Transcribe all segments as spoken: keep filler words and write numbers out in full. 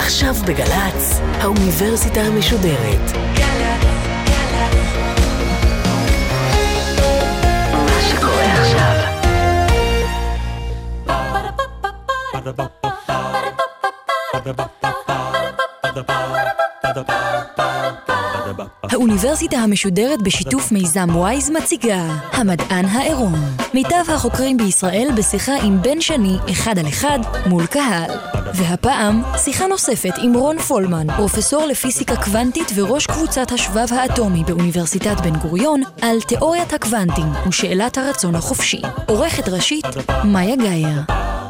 עכשיו בגלץ, האוניברסיטה המשודרת. מה שקורה עכשיו. האוניברסיטה המשודרת בשיתוף מיזם וויז מציגה המדען העירום. מיטב החוקרים בישראל בשיחה עם בן שני אחד על אחד מול קהל. והפעם שיחה נוספת עם רון פולמן, פרופסור לפיזיקה קוונטית וראש קבוצת השבב האטומי באוניברסיטת בן גוריון, על תיאוריית הקוונטים ושאלת הרצון החופשי. עורכת ראשית מאיה גאייר.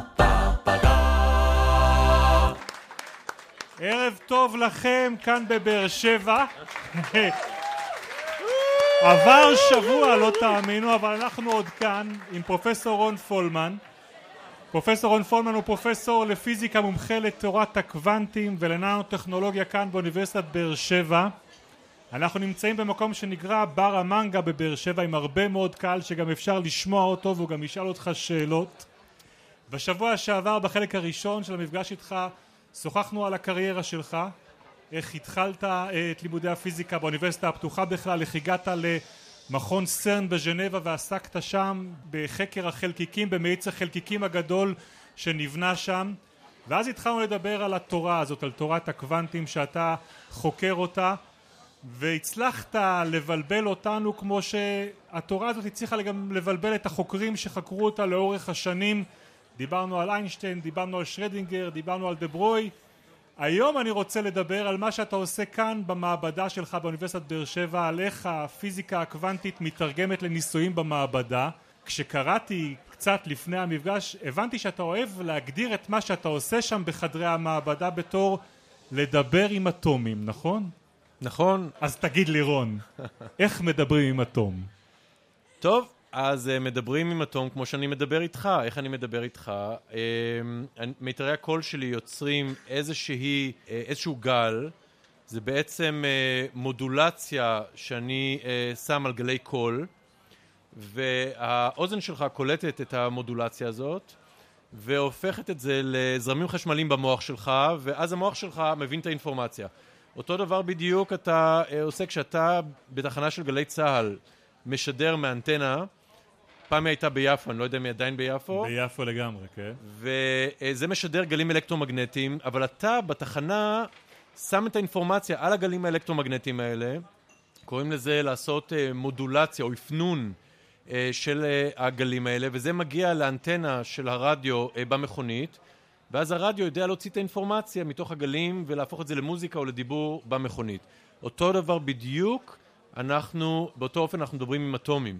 ערב טוב לכם כאן בבאר שבע. עבר שבוע, לא תאמינו, אבל אנחנו עוד כאן עם פרופסור רון פולמן. פרופסור רון פולמן הוא פרופסור לפיזיקה מומחה לתיאוריית הקוונטים ולננו-טכנולוגיה כאן באוניברסיטת באר שבע. אנחנו נמצאים במקום שנקרא בר המנגה בבאר שבע עם הרבה מאוד קהל שגם אפשר לשמוע אותו והוא גם ישאל אותך שאלות. בשבוע שעבר בחלק הראשון של המפגש איתך שוחחנו על הקריירה שלך, איך התחלת את לימודי הפיזיקה באוניברסיטה הפתוחה בכלל, איך הגעת למכון סרן בז'נבה ועסקת שם בחקר החלקיקים, במאיץ החלקיקים הגדול שנבנה שם, ואז התחלנו לדבר על התורה הזאת, על תורת הקוונטים שאתה חוקר אותה, והצלחת לבלבל אותנו כמו שהתורה הזאת הצליחה גם לבלבל את החוקרים שחקרו אותה לאורך השנים. דיברנו על איינשטיין, דיברנו על שרדינגר, דיברנו על דה ברוי. היום אני רוצה לדבר על מה שאתה עושה כאן במעבדה שלך באוניברסיטת באר שבע, על איך הפיזיקה הקוונטית מתרגמת לניסויים במעבדה. כשקראתי קצת לפני המפגש, הבנתי שאתה אוהב להגדיר את מה שאתה עושה שם בחדרי המעבדה בתור לדבר עם אטומים, נכון? נכון. אז תגיד לי רון, איך מדברים עם אטום? טוב. אז uh, מדברים עם אטום כמו שאני מדבר איתך. איך אני מדבר איתך? Uh, מיתרי הקול שלי יוצרים איזושהי, uh, איזשהו גל. זה בעצם uh, מודולציה שאני uh, שם על גלי קול, והאוזן שלך קולטת את המודולציה הזאת והופכת את זה לזרמים חשמליים במוח שלך, ואז המוח שלך מבין את האינפורמציה. אותו דבר בדיוק אתה uh, עושה כשאתה בתחנה של גלי צהל משדר מאנטנה. פעם היא הייתה ביפו, אני לא יודע אם היא עדיין ביפו. ביפו לגמרי, כן. וזה משדר גלים אלקטרומגנטיים, אבל אתה בתחנה שם את האינפורמציה על הגלים האלקטרומגנטיים האלה, קוראים לזה לעשות מודולציה או הפנון של הגלים האלה, וזה מגיע לאנטנה של הרדיו במכונית, ואז הרדיו יודע להוציא את האינפורמציה מתוך הגלים ולהפוך את זה למוזיקה או לדיבור במכונית. אותו דבר בדיוק, אנחנו, באותו אופן אנחנו מדברים עם אטומים.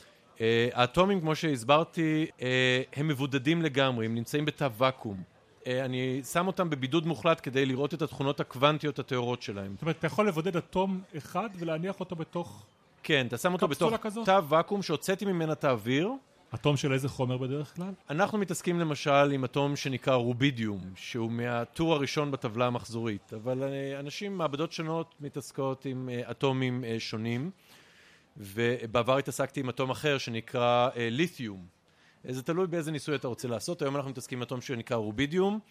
האטומים, כמו שהסברתי, הם מבודדים לגמרי, הם נמצאים בתא ואקום. אני שם אותם בבידוד מוחלט כדי לראות את התכונות הקוונטיות הטהורות שלהם. זאת אומרת, אתה יכול לבודד אטום אחד ולהניח אותו בתוך... כן, אתה שם אותו בתוך תא ואקום שהוצאתי ממנה את האוויר. אטום של איזה חומר בדרך כלל? אנחנו מתעסקים למשל עם אטום שנקרא רובידיום, שהוא מהטור הראשון בטבלה המחזורית, אבל אנשים מעבדות שונות מתעסקות עם אטומים שונים. ובעבר התעסקתי עם אטום אחר שנקרא אה, ליתיום. זה תלוי באיזה ניסוי אתה רוצה לעשות. היום אנחנו מתעסקים עם אטום שנקרא רובידיום,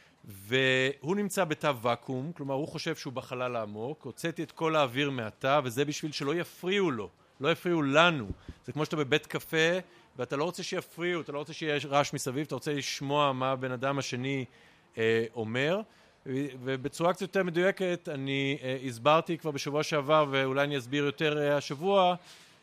והוא נמצא בתא ואקום, כלומר הוא חושב שהוא בחלל העמוק. הוצאתי את כל האוויר מהתא, וזה בשביל שלא יפריעו לו, לא יפריעו לנו. זה כמו שאתה בבית קפה, ואתה לא רוצה שיפריעו, אתה לא רוצה שיהיה רעש מסביב, אתה רוצה לשמוע מה הבן אדם השני אה, אומר. ובצורה קצת יותר מדויקת אני uh, הסברתי כבר בשבוע שעבר ואולי אני אסביר יותר uh, השבוע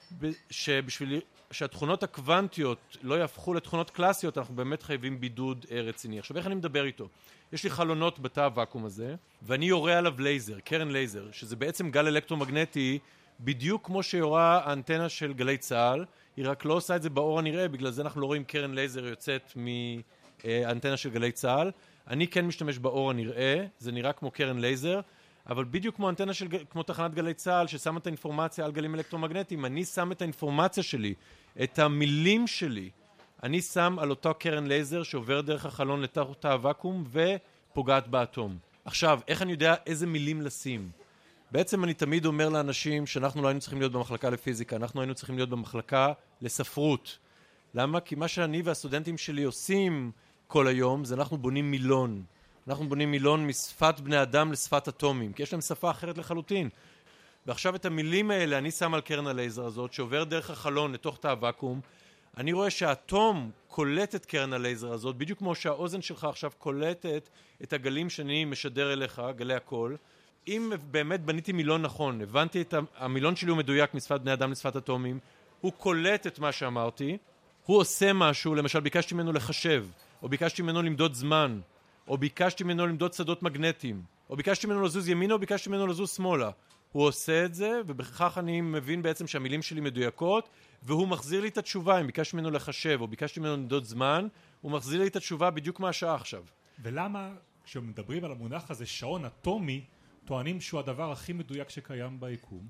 שבשביל שהתכונות הקוונטיות לא יהפכו לתכונות קלאסיות אנחנו באמת חייבים בידוד uh, רציני. עכשיו איך אני מדבר איתו? יש לי חלונות בתא הוואקום הזה ואני יורה עליו לייזר, קרן לייזר, שזה בעצם גל אלקטרומגנטי בדיוק כמו שיורה האנטנה של גלי צהל, היא רק לא עושה את זה באור הנראה, בגלל זה אנחנו לא רואים קרן לייזר יוצאת מהאנטנה של גלי צהל. אני כן משתמש באור הנראה, זה נראה כמו קרן לייזר, אבל בדיוק כמו אנטנה של, כמו תחנת גלי צהל ששמה את האינפורמציה על גלים אלקטרומגנטיים, אני שם את האינפורמציה שלי, את המילים שלי, אני שם על אותו קרן לייזר שעובר דרך החלון לתוך תא הוואקום ופוגעת באטום. עכשיו, איך אני יודע איזה מילים לשים? בעצם אני תמיד אומר לאנשים שאנחנו לא היינו צריכים להיות במחלקה לפיזיקה, אנחנו היינו צריכים להיות במחלקה לספרות. למה? כי מה שאני והסטודנטים שלי עושים כל היום זה אנחנו בונים מילון. אנחנו בונים מילון משפת בני אדם לשפת אטומים, כי יש להם שפה אחרת לחלוטין. ועכשיו את המילים האלה אני שם על קרן הלייזר הזאת, שעובר דרך החלון לתוך תא הוואקום. אני רואה שהאטום קולט את קרן הלייזר הזאת, בדיוק כמו שהאוזן שלך עכשיו קולטת את הגלים שאני משדר אליך, גלי הקול. אם באמת בניתי מילון נכון, הבנתי את המילון שלי הוא מדויק משפת בני אדם לשפת אטומים, הוא קולט את מה שאמרתי, הוא עושה משהו, למשל ביקשתי ממנו לחשב, או ביקשתי ממנו למדוד זמן, או ביקשתי ממנו למדוד שדות מגנטיים, או ביקשתי ממנו לזוז ימינה, או ביקשתי ממנו לזוז שמאלה. הוא עושה את זה, ובכך אני מבין בעצם שהמילים שלי מדויקות, והוא מחזיר לי את התשובה. אם ביקשתי ממנו לחשב, או ביקשתי ממנו למדוד זמן, הוא מחזיר לי את התשובה בדיוק מהשעה עכשיו. ולמה כשמדברים על המונח הזה, שעון אטומי, טוענים שהוא הדבר הכי מדויק שקיים ביקום?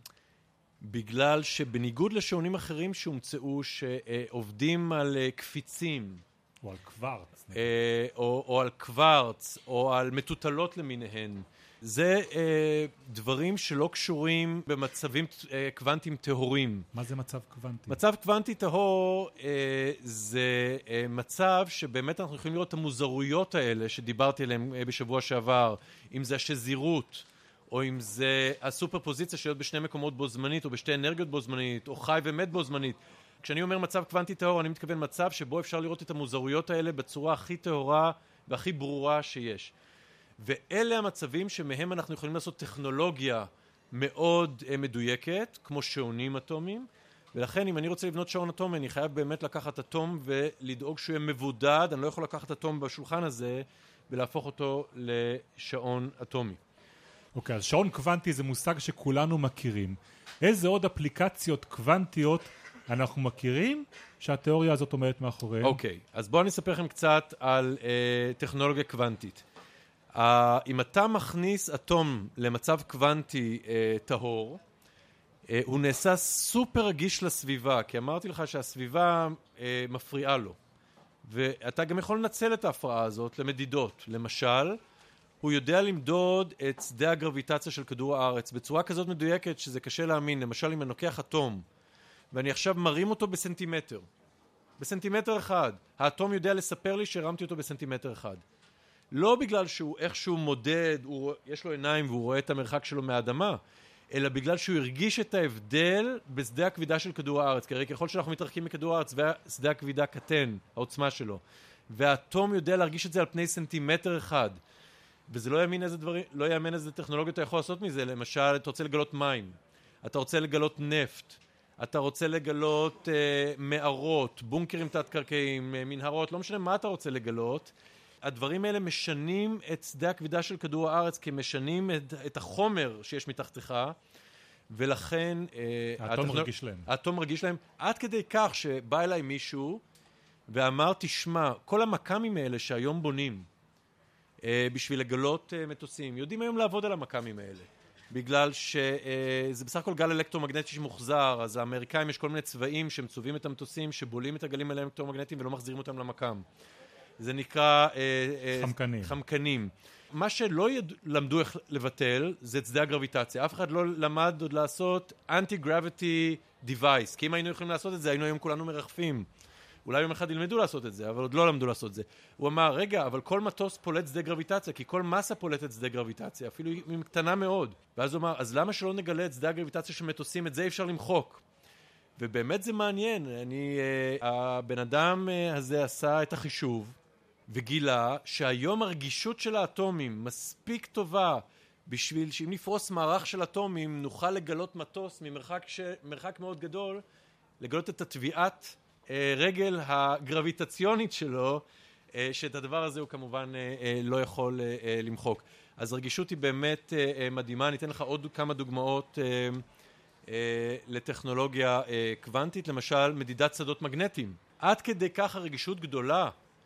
בגלל שבניגוד לשעונים אחרים שהומצאו, שעובדים על קפיצים, או על קוורץ, או, או על קוורץ, או על מטוטלות למיניהן, זה אה, דברים שלא קשורים במצבים אה, קוונטיים טהורים. מה זה מצב קוונטי? מצב קוונטי טהור אה, זה אה, מצב שבאמת אנחנו יכולים לראות את המוזרויות האלה שדיברתי עליהן אה, בשבוע שעבר, אם זה השזירות, או אם זה הסופרפוזיציה להיות בשני מקומות בו זמנית, או בשתי אנרגיות בו זמנית, או חי ומת בו זמנית. כשאני אומר מצב קוונטי טהור, אני מתכוון מצב שבו אפשר לראות את המוזרויות האלה בצורה הכי טהורה והכי ברורה שיש. ואלה המצבים שמהם אנחנו יכולים לעשות טכנולוגיה מאוד מדויקת, כמו שעונים אטומיים, ולכן אם אני רוצה לבנות שעון אטומי, אני חייב באמת לקחת אטום ולדאוג שהוא יהיה מבודד, אני לא יכול לקחת אטום בשולחן הזה ולהפוך אותו לשעון אטומי. אוקיי, אז שעון קוונטי זה מושג שכולנו מכירים. איזה עוד אפליקציות קוונטיות אנחנו מכירים שהתיאוריה הזאת עומדת מאחוריהם? אוקיי, אז בואו אני אספר לכם קצת על אה, טכנולוגיה קוונטית. Uh, אם אתה מכניס אטום למצב קוונטי uh, טהור, uh, הוא נעשה סופר רגיש לסביבה, כי אמרתי לך שהסביבה uh, מפריעה לו. ואתה גם יכול לנצל את ההפרעה הזאת למדידות. למשל, הוא יודע למדוד את שדה הגרביטציה של כדור הארץ בצורה כזאת מדויקת שזה קשה להאמין. למשל, אם אני לוקח אטום ואני עכשיו מרים אותו בסנטימטר, בסנטימטר אחד, האטום יודע לספר לי שהרמתי אותו בסנטימטר אחד. לא בגלל שהוא איכשהו מודד, הוא, יש לו עיניים והוא רואה את המרחק שלו מהאדמה, אלא בגלל שהוא הרגיש את ההבדל בשדה הכבידה של כדור הארץ. כי הרי ככל שאנחנו מתרחקים מכדור הארץ ושדה הכבידה קטן, העוצמה שלו, והאטום יודע להרגיש את זה על פני סנטימטר אחד. וזה לא יאמין איזה דברים, לא יאמן איזה טכנולוגיה אתה יכול לעשות מזה. למשל, אתה רוצה לגלות מים, אתה רוצה לגלות נפט, אתה רוצה לגלות אה, מערות, בונקרים תת-קרקעיים, אה, מנהרות, לא משנה מה אתה רוצה לגלות. הדברים האלה משנים את שדה הכבידה של כדור הארץ, כי משנים את, את החומר שיש מתחתיך, ולכן... האטום הטכנול... רגיש להם. האטום רגיש להם, עד כדי כך שבא אליי מישהו, ואמר, תשמע, כל המקמים האלה שהיום בונים, אה, בשביל לגלות אה, מטוסים, יודעים היום לעבוד על המקמים האלה, בגלל שזה אה, בסך הכל גל אלקטרומגנטי שמוחזר, אז האמריקאים יש כל מיני צבעים שמצובים את המטוסים, שבולים את הגלים האלקטרומגנטיים ולא מחזירים אותם למקם. זה נקרא חמקנים. חמקנים. מה שלא יד... למדו איך לבטל זה את שדה הגרביטציה. אף אחד לא למד עוד לעשות anti-gravity device, כי אם היינו יכולים לעשות את זה, היינו היום כולנו מרחפים. אולי יום אחד ילמדו לעשות את זה, אבל עוד לא למדו לעשות את זה. הוא אמר, רגע, אבל כל מטוס פולט שדה גרביטציה, כי כל מסה פולטת שדה גרביטציה, אפילו היא קטנה מאוד. ואז הוא אמר, אז למה שלא נגלה את שדה הגרביטציה של מטוסים? את זה אפשר למחוק. ובאמת זה מעניין. אני, הבן אדם הזה עשה את החישוב, וגילה שהיום הרגישות של האטומים מספיק טובה בשביל שאם נפרוס מערך של אטומים נוכל לגלות מטוס ממרחק ש... מרחק מאוד גדול, לגלות את התביעת אה, רגל הגרביטציונית שלו, אה, שאת הדבר הזה הוא כמובן אה, אה, לא יכול אה, אה, למחוק. אז הרגישות היא באמת אה, אה, מדהימה. אני אתן לך עוד כמה דוגמאות אה, אה, לטכנולוגיה אה, קוונטית, למשל מדידת שדות מגנטיים. עד כדי כך הרגישות גדולה,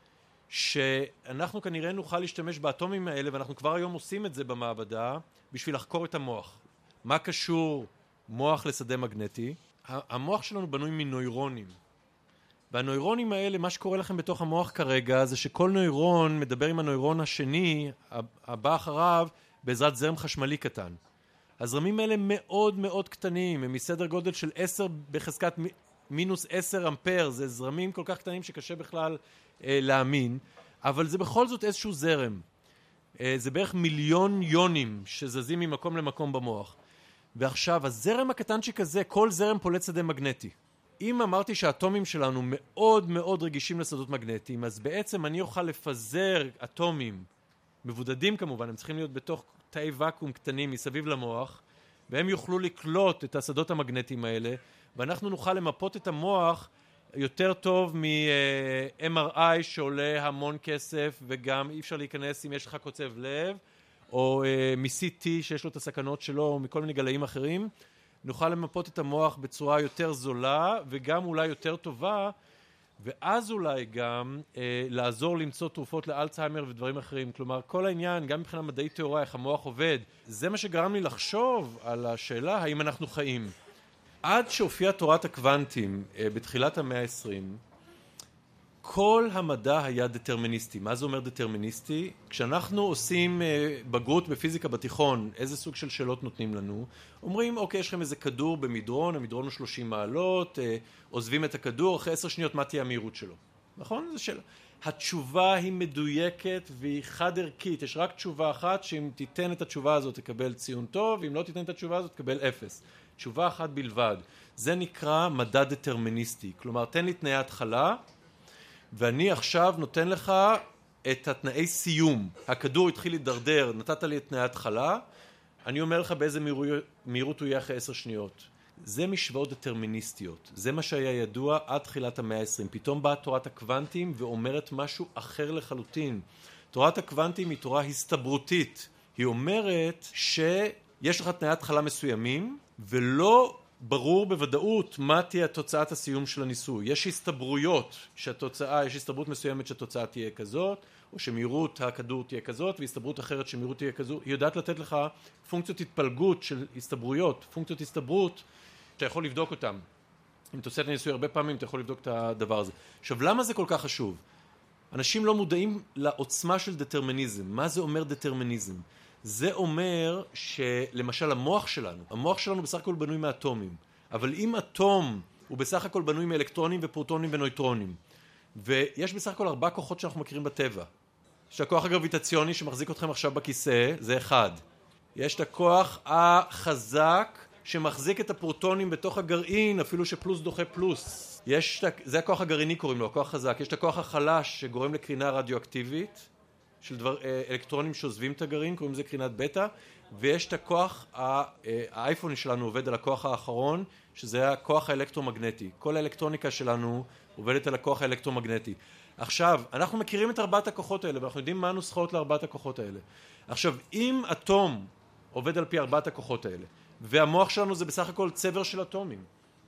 שאנחנו כנראה נוכל להשתמש באטומים האלה, ואנחנו כבר היום עושים את זה במעבדה, בשביל לחקור את המוח. מה קשור מוח לשדה מגנטי? המוח שלנו בנוי מנוירונים. והנוירונים האלה, מה שקורה לכם בתוך המוח כרגע, זה שכל נוירון מדבר עם הנוירון השני, הבא אחריו, בעזרת זרם חשמלי קטן. הזרמים האלה מאוד מאוד קטנים, הם מסדר גודל של עשר בחזקת מינוס עשר אמפר, זה זרמים כל כך קטנים שקשה בכלל אה, להאמין, אבל זה בכל זאת איזשהו זרם. זה בערך מיליון יונים שזזים ממקום למקום במוח. ועכשיו, הזרם הקטנצ'יק הזה, כל זרם פולט שדה מגנטי. אם אמרתי שהאטומים שלנו מאוד מאוד רגישים לשדות מגנטיים, אז בעצם אני אוכל לפזר אטומים, מבודדים כמובן, הם צריכים להיות בתוך תאי ואקום קטנים מסביב למוח, והם יוכלו לקלוט את השדות המגנטיים האלה, ואנחנו נוכל למפות את המוח יותר טוב מ-אם אר איי שעולה המון כסף, וגם אי אפשר להיכנס אם יש לך קוצב לב, או מ-סי טי שיש לו את הסכנות שלו, או מכל מיני גלאים אחרים. נוכל למפות את המוח בצורה יותר זולה, וגם אולי יותר טובה, ואז אולי גם אה, לעזור למצוא תרופות לאלצהיימר ודברים אחרים. כלומר, כל העניין, גם מבחינה מדעית תיאוריה, איך המוח עובד, זה מה שגרם לי לחשוב על השאלה האם אנחנו חיים. עד שהופיעה תורת הקוונטים אה, בתחילת המאה ה-עשרים, כל המדע היה דטרמיניסטי. מה זה אומר דטרמיניסטי? כשאנחנו עושים אה, בגרות בפיזיקה בתיכון, איזה סוג של שאלות נותנים לנו? אומרים, אוקיי, יש לכם איזה כדור במדרון, המדרון הוא שלושים מעלות, אה, עוזבים את הכדור, אחרי עשר שניות, מה תהיה המהירות שלו? נכון? זו שאלה. התשובה היא מדויקת והיא חד ערכית. יש רק תשובה אחת, שאם תיתן את התשובה הזאת תקבל ציון טוב, ואם לא תיתן את התשובה הזאת תקבל אפס. תשובה אחת בלבד. זה נקרא מדע דטרמיניסטי. כלומר, תן לי תנאי התחלה, ואני עכשיו נותן לך את התנאי סיום. הכדור התחיל להידרדר, נתת לי את תנאי התחלה, אני אומר לך באיזה מהירות הוא יהיה אחרי עשר שניות. זה משוואות דטרמיניסטיות. זה מה שהיה ידוע עד תחילת המאה ה-עשרים. פתאום באה תורת הקוונטים ואומרת משהו אחר לחלוטין. תורת הקוונטים היא תורה הסתברותית. היא אומרת שיש לך תנאי התחלה מסוימים, ולא ברור בוודאות מה תהיה תוצאת הסיום של הניסוי. יש הסתברויות שהתוצאה, יש הסתברות מסוימת שהתוצאה תהיה כזאת, או שמהירות הכדור תהיה כזאת, והסתברות אחרת שמהירות תהיה כזאת. היא יודעת לתת לך פונקציות התפלגות של הסתברויות, פונקציות הסתברות, שאתה יכול לבדוק אותן. אם אתה עושה את הניסוי הרבה פעמים, אתה יכול לבדוק את הדבר הזה. עכשיו, למה זה כל כך חשוב? אנשים לא מודעים לעוצמה של דטרמיניזם. מה זה אומר דטרמיניזם? זה אומר שלמשל המוח שלנו, המוח שלנו בסך הכל בנוי מאטומים, אבל אם אטום הוא בסך הכל בנוי מאלקטרונים ופרוטונים ונויטרונים, ויש בסך הכל ארבע כוחות שאנחנו מכירים בטבע. יש הכוח הגרביטציוני שמחזיק אתכם עכשיו בכיסא, זה אחד. יש את הכוח החזק שמחזיק את הפרוטונים בתוך הגרעין, אפילו שפלוס דוחה פלוס. יש, זה הכוח הגרעיני קוראים לו, הכוח חזק. יש את הכוח החלש שגורם לקרינה רדיואקטיבית, של דבר, אלקטרונים שעוזבים את הגרעין, קוראים לזה קרינת בטא, ויש את הכוח, האייפון שלנו עובד על הכוח האחרון, שזה הכוח האלקטרומגנטי. כל האלקטרוניקה שלנו עובדת על הכוח האלקטרומגנטי. עכשיו, אנחנו מכירים את ארבעת הכוחות האלה, ואנחנו יודעים מה הנוסחאות לארבעת הכוחות האלה. עכשיו, אם אטום עובד על פי ארבעת הכוחות האלה, והמוח שלנו זה בסך הכל צבר של אטומים,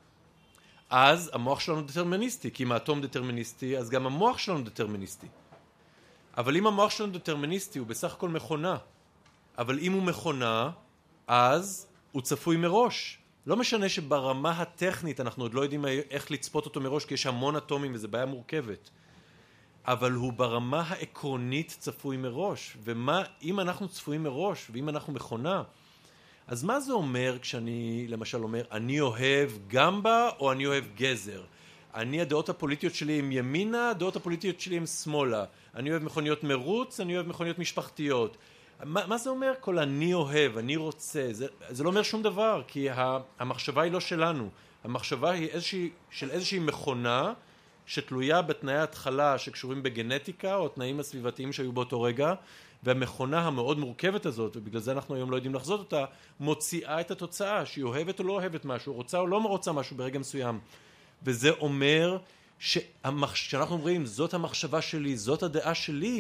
אז המוח שלנו דטרמיניסטי, כי אם האטום דטרמיניסטי, אז גם המוח שלנו דטרמיניסטי. אבל אם המוח שלנו דטרמיניסטי, הוא בסך הכל מכונה. אבל אם הוא מכונה, אז הוא צפוי מראש. לא משנה שברמה הטכנית אנחנו עוד לא יודעים איך לצפות אותו מראש, כי יש המון אטומים וזו בעיה מורכבת. אבל הוא ברמה העקרונית צפוי מראש. ומה, אם אנחנו צפויים מראש, ואם אנחנו מכונה, אז מה זה אומר כשאני למשל אומר, אני אוהב גמבה או אני אוהב גזר? אני, הדעות הפוליטיות שלי הם ימינה, הדעות הפוליטיות שלי הם שמאלה. אני אוהב מכוניות מרוץ, אני אוהב מכוניות משפחתיות. מה, מה זה אומר כל אני אוהב, אני רוצה? זה, זה לא אומר שום דבר, כי המחשבה היא לא שלנו. המחשבה היא איזושהי, של איזושהי מכונה שתלויה בתנאי ההתחלה שקשורים בגנטיקה או תנאים הסביבתיים שהיו באותו רגע, והמכונה המאוד מורכבת הזאת, ובגלל זה אנחנו היום לא יודעים לחזות אותה, מוציאה את התוצאה, שהיא אוהבת או לא אוהבת משהו, רוצה או לא רוצה משהו ברגע מסוים. וזה אומר שאנחנו אומרים, זאת המחשבה שלי, זאת הדעה שלי.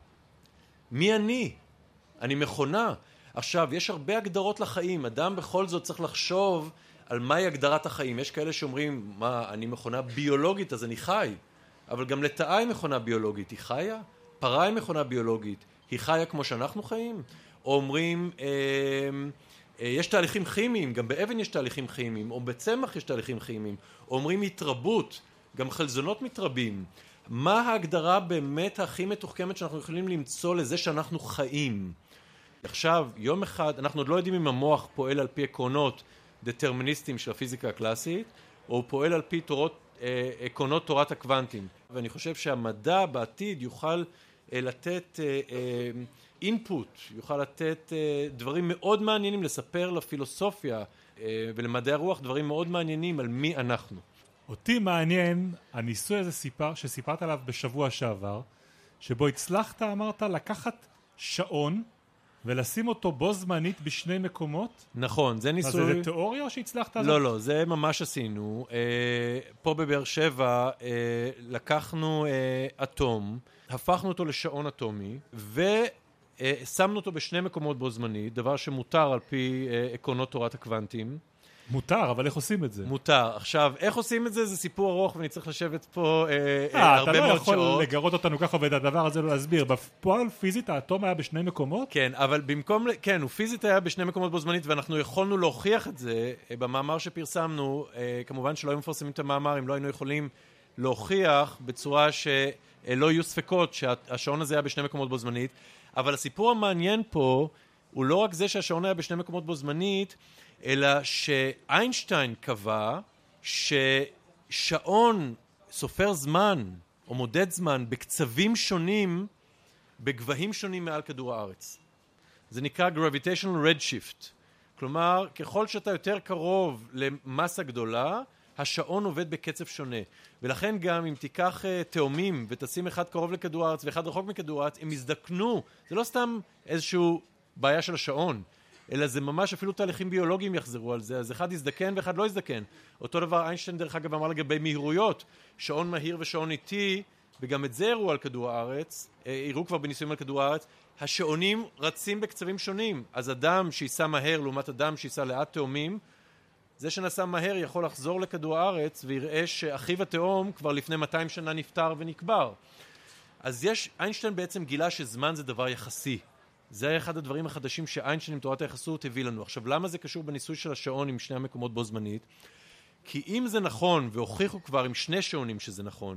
מי אני? אני מכונה. עכשיו, יש הרבה הגדרות לחיים. אדם בכל זאת צריך לחשוב על מהי הגדרת החיים. יש כאלה שאומרים, מה, אני מכונה ביולוגית, אז אני חי. אבל גם לתאה היא מכונה ביולוגית. היא חיה? פרה היא מכונה ביולוגית. היא חיה כמו שאנחנו חיים? או אומרים, אה, אה, יש תהליכים כימיים, גם באבן יש תהליכים כימיים, או בצמח יש תהליכים כימיים. או אומרים התרבות, גם חלזונות מתרבים. מה ההגדרה באמת הכי מתוחכמת שאנחנו יכולים למצוא לזה שאנחנו חיים? עכשיו, יום אחד, אנחנו עוד לא יודעים אם המוח פועל על פי עקרונות דטרמיניסטיים של הפיזיקה הקלאסית, או הוא פועל על פי תורות, אה, עקרונות תורת הקוונטים. ואני חושב שהמדע בעתיד יוכל אה, לתת אה, אה, אינפוט, יוכל לתת דברים מאוד מעניינים, לספר לפילוסופיה ולמדעי הרוח דברים מאוד מעניינים על מי אנחנו. אותי מעניין הניסוי הזה סיפר, שסיפרת עליו בשבוע שעבר, שבו הצלחת, אמרת, לקחת שעון ולשים אותו בו זמנית בשני מקומות? נכון, זה ניסוי... אז זה תיאוריה או שהצלחת? לא, לא, זה ממש עשינו. פה בבאר שבע לקחנו אטום, הפכנו אותו לשעון אטומי, ושמנו אותו בשני מקומות בו זמנית, דבר שמותר על פי עקרונות תורת הקוונטים. מותר, אבל איך עושים את זה? מותר. עכשיו, איך עושים את זה? זה סיפור ארוך, ואני צריך לשבת פה אה, אה, הרבה מאוד שעות. אתה לא יכול לגרות אותנו ככה ואת הדבר הזה לא להסביר. בפועל פיזית האטום היה בשני מקומות? כן, אבל במקום, כן, הוא פיזית היה בשני מקומות בו זמנית, ואנחנו יכולנו להוכיח את זה אה, במאמר שפרסמנו. אה, כמובן שלא היו מפרסמים את המאמר, אם לא היינו יכולים להוכיח בצורה שלא יהיו ספקות שהשעון הזה היה בשני מקומות בו זמנית. אבל הסיפור המעניין פה הוא לא רק זה שהשעון היה בשני מקומות בו זמנית, אלא שאיינשטיין קבע ששעון סופר זמן או מודד זמן בקצבים שונים, בגבהים שונים מעל כדור הארץ. זה נקרא gravitational redshift. כלומר, ככל שאתה יותר קרוב למסה גדולה, השעון עובד בקצב שונה. ולכן גם אם תיקח תאומים ותשים אחד קרוב לכדור הארץ ואחד רחוק מכדור הארץ, הם יזדקנו. זה לא סתם איזשהו בעיה של השעון. אלא זה ממש אפילו תהליכים ביולוגיים יחזרו על זה, אז אחד יזדקן ואחד לא יזדקן. אותו דבר איינשטיין דרך אגב אמר לגבי מהירויות, שעון מהיר ושעון איטי, וגם את זה הראו על כדור הארץ, הראו כבר בניסויים על כדור הארץ, השעונים רצים בקצבים שונים, אז אדם שייסע מהר לעומת אדם שייסע לאט תאומים, זה שנסע מהר יכול לחזור לכדור הארץ ויראה שאחיו התאום כבר לפני מאתיים שנה נפטר ונקבר. אז יש, איינשטיין בעצם גילה שזמן זה דבר יחסי. זה היה אחד הדברים החדשים שאיינשטיין עם תורת היחסות הביא לנו. עכשיו, למה זה קשור בניסוי של השעון עם שני המקומות בו זמנית? כי אם זה נכון, והוכיחו כבר עם שני שעונים שזה נכון,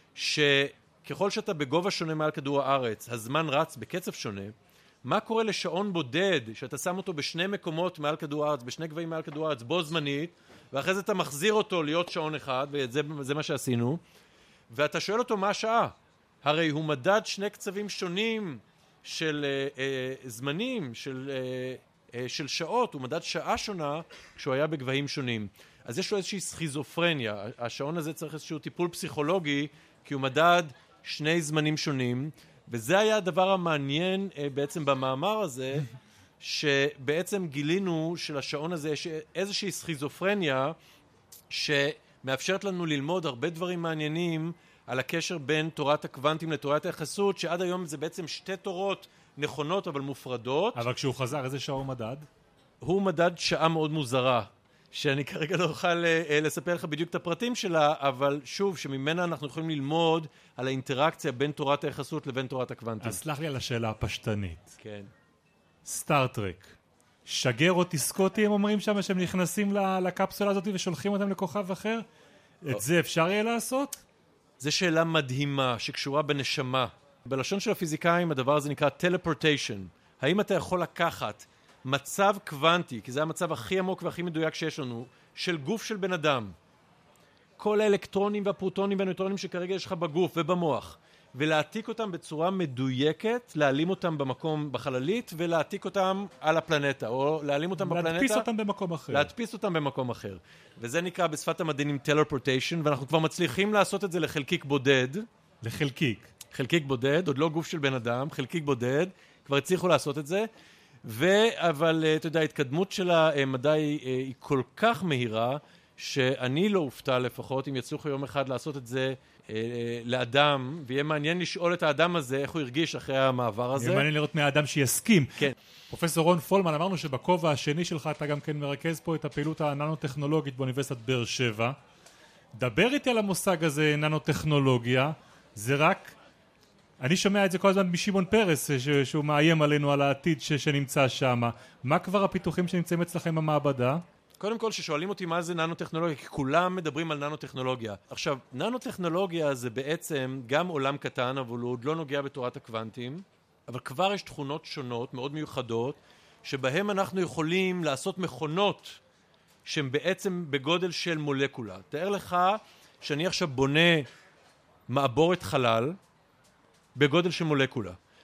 שככל שאתה בגובה שונה מעל כדור הארץ, הזמן רץ בקצב שונה, מה קורה לשעון בודד, שאתה שם אותו בשני מקומות מעל כדור הארץ, בשני גבהים מעל כדור הארץ, בו זמנית, ואחרי זה אתה מחזיר אותו להיות שעון אחד, וזה מה שעשינו, ואתה שואל אותו מה השעה? הרי הוא מדד שני קצבים שונים, של uh, uh, זמנים, של, uh, uh, של שעות, הוא מדד שעה שונה כשהוא היה בגבהים שונים. אז יש לו איזושהי סכיזופרניה. השעון הזה צריך איזשהו טיפול פסיכולוגי, כי הוא מדד שני זמנים שונים, וזה היה הדבר המעניין uh, בעצם במאמר הזה, שבעצם גילינו שלשעון הזה יש איזושהי סכיזופרניה, שמאפשרת לנו ללמוד הרבה דברים מעניינים, על הקשר בין תורת הקוונטים לתורת היחסות, שעד היום זה בעצם שתי תורות נכונות אבל מופרדות. אבל כשהוא חזר, איזה שעה הוא מדד? הוא מדד שעה מאוד מוזרה, שאני כרגע לא אוכל לספר לך בדיוק את הפרטים שלה, אבל שוב, שממנה אנחנו יכולים ללמוד על האינטראקציה בין תורת היחסות לבין תורת הקוונטים. אז סלח לי על השאלה הפשטנית. כן. סטארטרק. שגר או תסקוטי, הם אומרים שם שהם נכנסים לקפסולה הזאת ושולחים אותם לכוכב אחר? את זה אפשר יהיה לעשות? זו שאלה מדהימה שקשורה בנשמה. בלשון של הפיזיקאים הדבר הזה נקרא teleportation. האם אתה יכול לקחת מצב קוונטי, כי זה המצב הכי עמוק והכי מדויק שיש לנו, של גוף של בן אדם, כל האלקטרונים והפרוטונים והניוטרונים שכרגע יש לך בגוף ובמוח, ולהעתיק אותם בצורה מדויקת, להעלים אותם במקום בחללית, ולהעתיק אותם על הפלנטה, או להעלים אותם בפלנטה. להדפיס אותם במקום אחר. להדפיס אותם במקום אחר. וזה נקרא בשפת המדענים teleportation, ואנחנו כבר מצליחים לעשות את זה לחלקיק בודד. לחלקיק. חלקיק בודד, עוד לא גוף של בן אדם, חלקיק בודד, כבר הצליחו לעשות את זה. אבל אתה יודע, ההתקדמות של המדע היא כל כך מהירה, שאני לא אופתע לפחות אם יצליחו יום אחד לעשות את זה לאדם, ויהיה מעניין לשאול את האדם הזה איך הוא הרגיש אחרי המעבר הזה. יהיה מעניין לראות מהאדם שיסכים. כן. פרופסור רון פולמן, אמרנו שבכובע השני שלך אתה גם כן מרכז פה את הפעילות הננו-טכנולוגית באוניברסיטת באר שבע. דבר איתי על המושג הזה, ננו-טכנולוגיה. זה רק... אני שומע את זה כל הזמן משמעון פרס, שהוא מאיים עלינו על העתיד שנמצא שם. מה כבר הפיתוחים שנמצאים אצלכם במעבדה? קודם כל, ששואלים אותי מה זה ננו-טכנולוגיה, כי כולם מדברים על ננו-טכנולוגיה. עכשיו, ננו-טכנולוגיה זה בעצם גם עולם קטן, אבל הוא עוד לא נוגע בתורת הקוונטים, אבל כבר יש תכונות שונות, מאוד מיוחדות, שבהם אנחנו יכולים לעשות מכונות שהן בעצם בגודל של מולקולה. תאר לך שאני עכשיו בונה מעבורת חלל בגודל של מולקולה.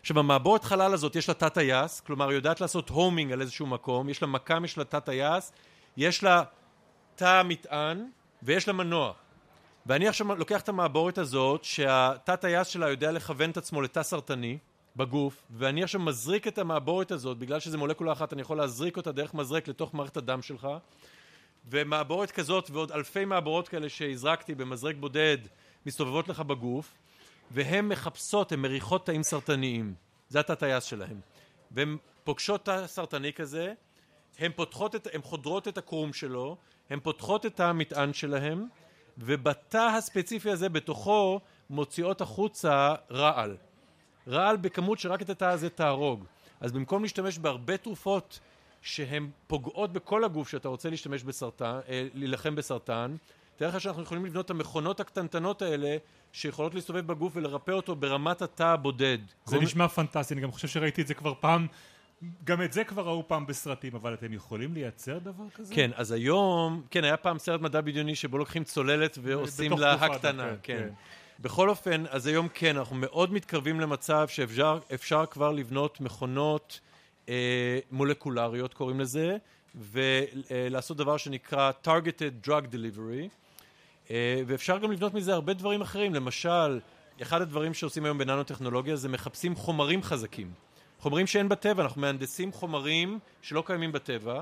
עכשיו, המעבורת חלל הזאת, יש לה תת טייס, כלומר, היא יודעת לעשות הומינג על איזשהו מקום, יש לה מקם, יש לה תת טייס, יש לה תא מטען, ויש לה מנוע. ואני עכשיו לוקח את המעבורת הזאת, שהתת טייס שלה יודע לכוון את עצמו לתא סרטני בגוף, ואני עכשיו מזריק את המעבורת הזאת, בגלל שזה מולקולה אחת, אני יכול להזריק אותה דרך מזרק לתוך מערכת הדם שלך, ומעבורת כזאת ועוד אלפי מעבורות כאלה שהזרקתי במזרק בודד, מסתובבות לך בגוף, והן מחפשות, הן מריחות תאים סרטניים. זה התת טייס שלהם. והן פוגשות תא סרטני כזה, הן פותחות את, הן חודרות את הקרום שלו, הן פותחות את המטען שלהם, ובתא הספציפי הזה בתוכו מוציאות החוצה רעל. רעל בכמות שרק את התא הזה תהרוג. אז במקום להשתמש בהרבה תרופות שהן פוגעות בכל הגוף שאתה רוצה להשתמש בסרטן, להילחם בסרטן, תראה לך שאנחנו יכולים לבנות את המכונות הקטנטנות האלה שיכולות להסתובב בגוף ולרפא אותו ברמת התא הבודד. זה נשמע פנטסטי, אני גם חושב שראיתי את זה כבר פעם, גם את זה כבר ראו פעם בסרטים, אבל אתם יכולים לייצר דבר כזה? כן, אז היום, כן, היה פעם סרט מדע בדיוני שבו לוקחים צוללת ועושים לה הקטנה, כן. בכל אופן, אז היום כן, אנחנו מאוד מתקרבים למצב שאפשר אפשר כבר לבנות מכונות אה, מולקולריות, קוראים לזה, ולעשות דבר שנקרא targeted drug delivery, אה, ואפשר גם לבנות מזה הרבה דברים אחרים. למשל, אחד הדברים שעושים היום בננו-טכנולוגיה זה מחפשים חומרים חזקים. חומרים שאין בטבע, אנחנו מהנדסים חומרים שלא קיימים בטבע,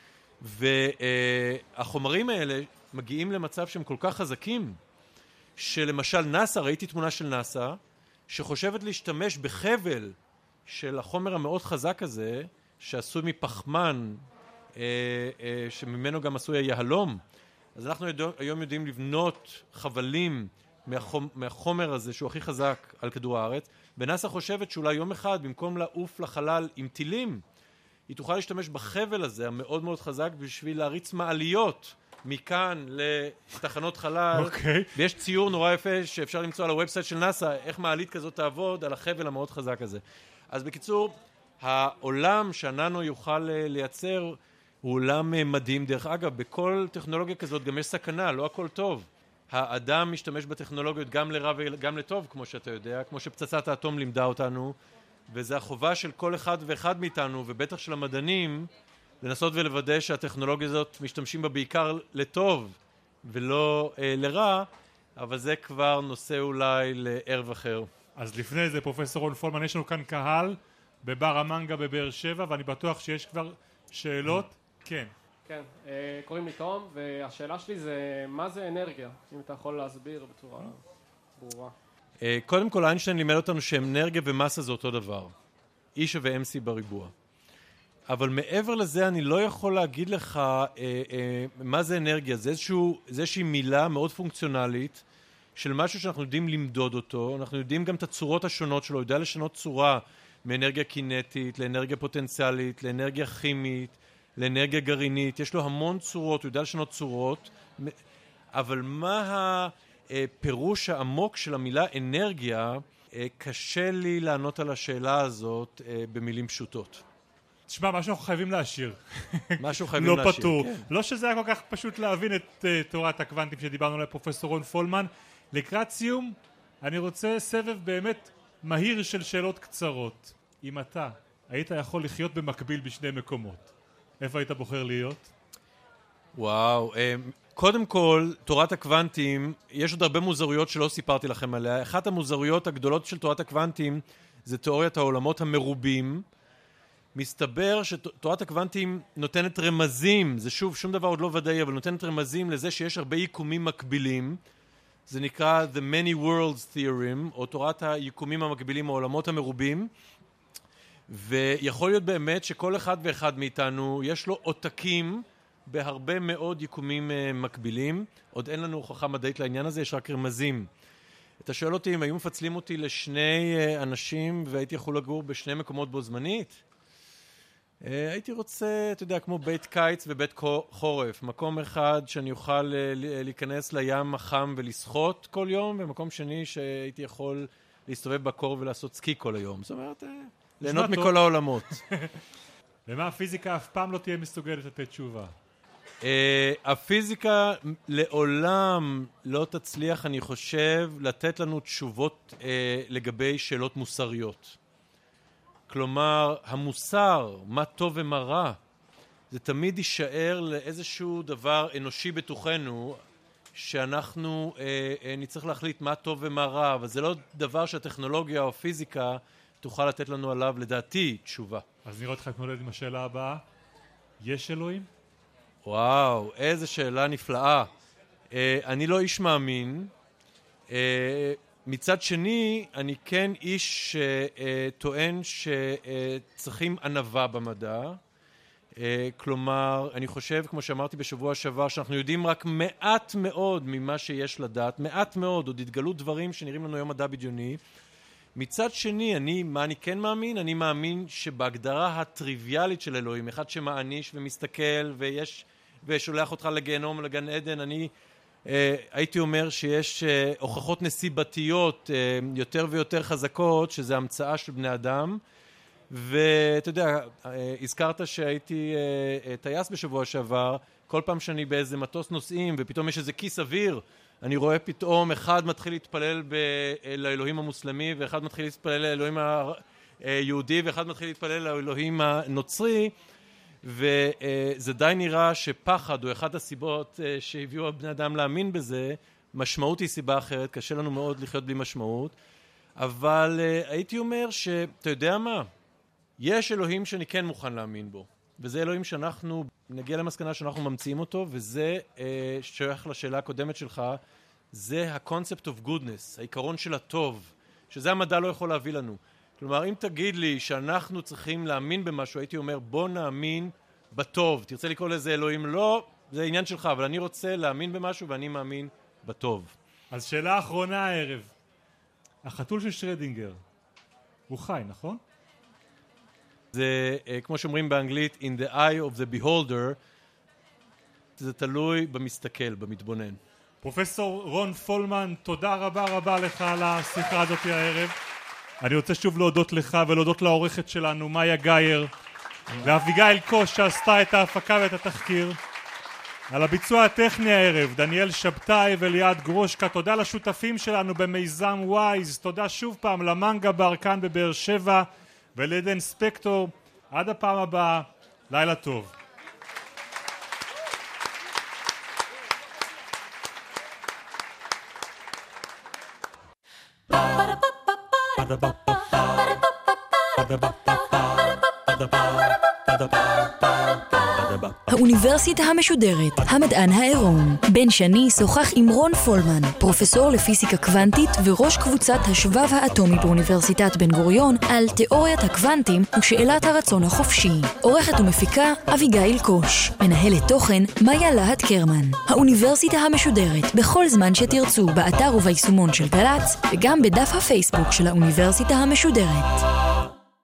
והחומרים האלה מגיעים למצב שהם כל כך חזקים, שלמשל נאסא, ראיתי תמונה של נאסא, שחושבת להשתמש בחבל של החומר המאוד חזק הזה, שעשוי מפחמן, אה, אה, שממנו גם עשוי היהלום. אז אנחנו יודע, היום יודעים לבנות חבלים מהחומר, מהחומר הזה, שהוא הכי חזק על כדור הארץ, ונאסא חושבת שאולי יום אחד, במקום לעוף לחלל עם טילים, היא תוכל להשתמש בחבל הזה, המאוד מאוד חזק, בשביל להריץ מעליות, מכאן לתחנות חלל, okay. ויש ציור נורא יפה שאפשר למצוא על הוובסייט של נאסא, איך מעלית כזאת תעבוד על החבל המאוד חזק הזה. אז בקיצור, העולם שהננו יוכל לייצר הוא עולם מדהים. דרך אגב, בכל טכנולוגיה כזאת גם יש סכנה, לא הכל טוב. האדם משתמש בטכנולוגיות גם לרע וגם לטוב, כמו שאתה יודע, כמו שפצצת האטום לימדה אותנו, וזה החובה של כל אחד ואחד מאיתנו, ובטח של המדענים, לנסות ולוודא שהטכנולוגיה הזאת משתמשים בה בעיקר לטוב ולא אה, לרע, אבל זה כבר נושא אולי לערב אחר. אז לפני זה, פרופסור רון פולמן, יש לנו כאן קהל בבר המנגה בבאר שבע, ואני בטוח שיש כבר שאלות. כן. כן, אה, קוראים לי תום, והשאלה שלי זה, מה זה אנרגיה? אם אתה יכול להסביר בצורה ברורה. אה, קודם כל, איינשטיין לימד אותנו שאנרגיה ומסה זה אותו דבר. E שווה אם סי בריבוע. אבל מעבר לזה אני לא יכול להגיד לך אה, אה, מה זה אנרגיה. זה איזשהו, זה איזושהי מילה מאוד פונקציונלית של משהו שאנחנו יודעים למדוד אותו. אנחנו יודעים גם את הצורות השונות שלו. יודע לשנות צורה מאנרגיה קינטית לאנרגיה פוטנציאלית, לאנרגיה כימית, לאנרגיה גרעינית. יש לו המון צורות, הוא יודע לשנות צורות. אבל מה הפירוש העמוק של המילה אנרגיה? קשה לי לענות על השאלה הזאת במילים פשוטות. תשמע, משהו אנחנו חייבים להשאיר. משהו חייבים לא להשאיר, פתור. כן. לא שזה היה כל כך פשוט להבין את uh, תורת הקוונטים שדיברנו עליה פרופסור רון פולמן. לקראת סיום, אני רוצה סבב באמת מהיר של שאלות קצרות. אם אתה היית יכול לחיות במקביל בשני מקומות, איפה היית בוחר להיות? וואו, קודם כל, תורת הקוונטים, יש עוד הרבה מוזרויות שלא סיפרתי לכם עליה. אחת המוזרויות הגדולות של תורת הקוונטים זה תיאוריית העולמות המרובים. מסתבר שתורת הקוונטים נותנת רמזים, זה שוב, שום דבר עוד לא ודאי, אבל נותנת רמזים לזה שיש הרבה יקומים מקבילים. זה נקרא The Many Worlds Theorem, או תורת היקומים המקבילים, העולמות המרובים. ויכול להיות באמת שכל אחד ואחד מאיתנו יש לו עותקים בהרבה מאוד יקומים מקבילים. עוד אין לנו הוכחה מדעית לעניין הזה, יש רק רמזים. אתה שואל אותי אם היו מפצלים אותי לשני אנשים והייתי יכול לגור בשני מקומות בו זמנית? הייתי רוצה, אתה יודע, כמו בית קיץ ובית חורף. מקום אחד שאני אוכל להיכנס לים החם ולשחות כל יום, ומקום שני שהייתי יכול להסתובב בקור ולעשות סקי כל היום. זאת אומרת, ליהנות מכל העולמות. ומה הפיזיקה אף פעם לא תהיה מסוגלת לתת תשובה? הפיזיקה לעולם לא תצליח, אני חושב, לתת לנו תשובות לגבי שאלות מוסריות. כלומר, המוסר, מה טוב ומה רע, זה תמיד יישאר לאיזשהו דבר אנושי בתוכנו, שאנחנו אה, אה, נצטרך להחליט מה טוב ומה רע, אבל זה לא דבר שהטכנולוגיה או פיזיקה תוכל לתת לנו עליו, לדעתי, תשובה. אז נראה אותך להתמודד עם השאלה הבאה. יש אלוהים? וואו, איזה שאלה נפלאה. אה, אני לא איש מאמין. אה, מצד שני, אני כן איש אה, טוען שצריכים ענווה במדע. אה, כלומר, אני חושב, כמו שאמרתי בשבוע שעבר, שאנחנו יודעים רק מעט מאוד ממה שיש לדעת, מעט מאוד, עוד התגלו דברים שנראים לנו היום מדע בדיוני. מצד שני, אני, מה אני כן מאמין? אני מאמין שבהגדרה הטריוויאלית של אלוהים, אחד שמעניש ומסתכל ויש, ושולח אותך לגיהנום ולגן עדן, אני אה, הייתי אומר שיש אה, הוכחות נסיבתיות אה, יותר ויותר חזקות, שזה המצאה של בני אדם, ואתה יודע, אה, הזכרת שהייתי אה, אה, טייס בשבוע שעבר, כל פעם שאני באיזה מטוס נוסעים ופתאום יש איזה כיס אוויר, אני רואה פתאום אחד מתחיל להתפלל ב- לאלוהים המוסלמי, ואחד מתחיל להתפלל לאלוהים היהודי, ואחד מתחיל להתפלל לאלוהים הנוצרי, וזה די נראה שפחד הוא אחת הסיבות שהביאו הבני אדם להאמין בזה. משמעות היא סיבה אחרת, קשה לנו מאוד לחיות בלי משמעות, אבל הייתי אומר שאתה יודע מה, יש אלוהים שאני כן מוכן להאמין בו, וזה אלוהים שאנחנו נגיע למסקנה שאנחנו ממציאים אותו, וזה אה, שייך לשאלה הקודמת שלך, זה ה-concept of goodness, העיקרון של הטוב, שזה המדע לא יכול להביא לנו. כלומר, אם תגיד לי שאנחנו צריכים להאמין במשהו, הייתי אומר, בוא נאמין בטוב. תרצה לקרוא לזה אלוהים? לא, זה עניין שלך, אבל אני רוצה להאמין במשהו ואני מאמין בטוב. אז שאלה אחרונה הערב. החתול של שרדינגר, הוא חי, נכון? זה, כמו שאומרים באנגלית, in the eye of the beholder, זה תלוי במסתכל, במתבונן. פרופסור רון פולמן, תודה רבה רבה לך על השיחה הזאת הערב. אני רוצה שוב להודות לך ולהודות לעורכת שלנו, מאיה גייר, ואביגיל קוש שעשתה את ההפקה ואת התחקיר. על הביצוע הטכני הערב, דניאל שבתאי וליעד גרושקה. תודה לשותפים שלנו במיזם וויז. תודה שוב פעם למנגה בר כאן בבאר שבע ולעדן ספקטור. עד הפעם הבאה, לילה טוב. האוניברסיטה המשודרת, המדען העירום. בן שני שוחח עם רון פולמן, פרופסור לפיזיקה קוונטית וראש קבוצת השבב האטומי באוניברסיטת בן גוריון, על תיאוריית הקוונטים ושאלת הרצון החופשי. עורכת ומפיקה אביגיל קוש. מנהלת תוכן מאיה להט קרמן. האוניברסיטה המשודרת, בכל זמן שתרצו, באתר וביישומון של גל"צ, וגם בדף הפייסבוק של האוניברסיטה המשודרת.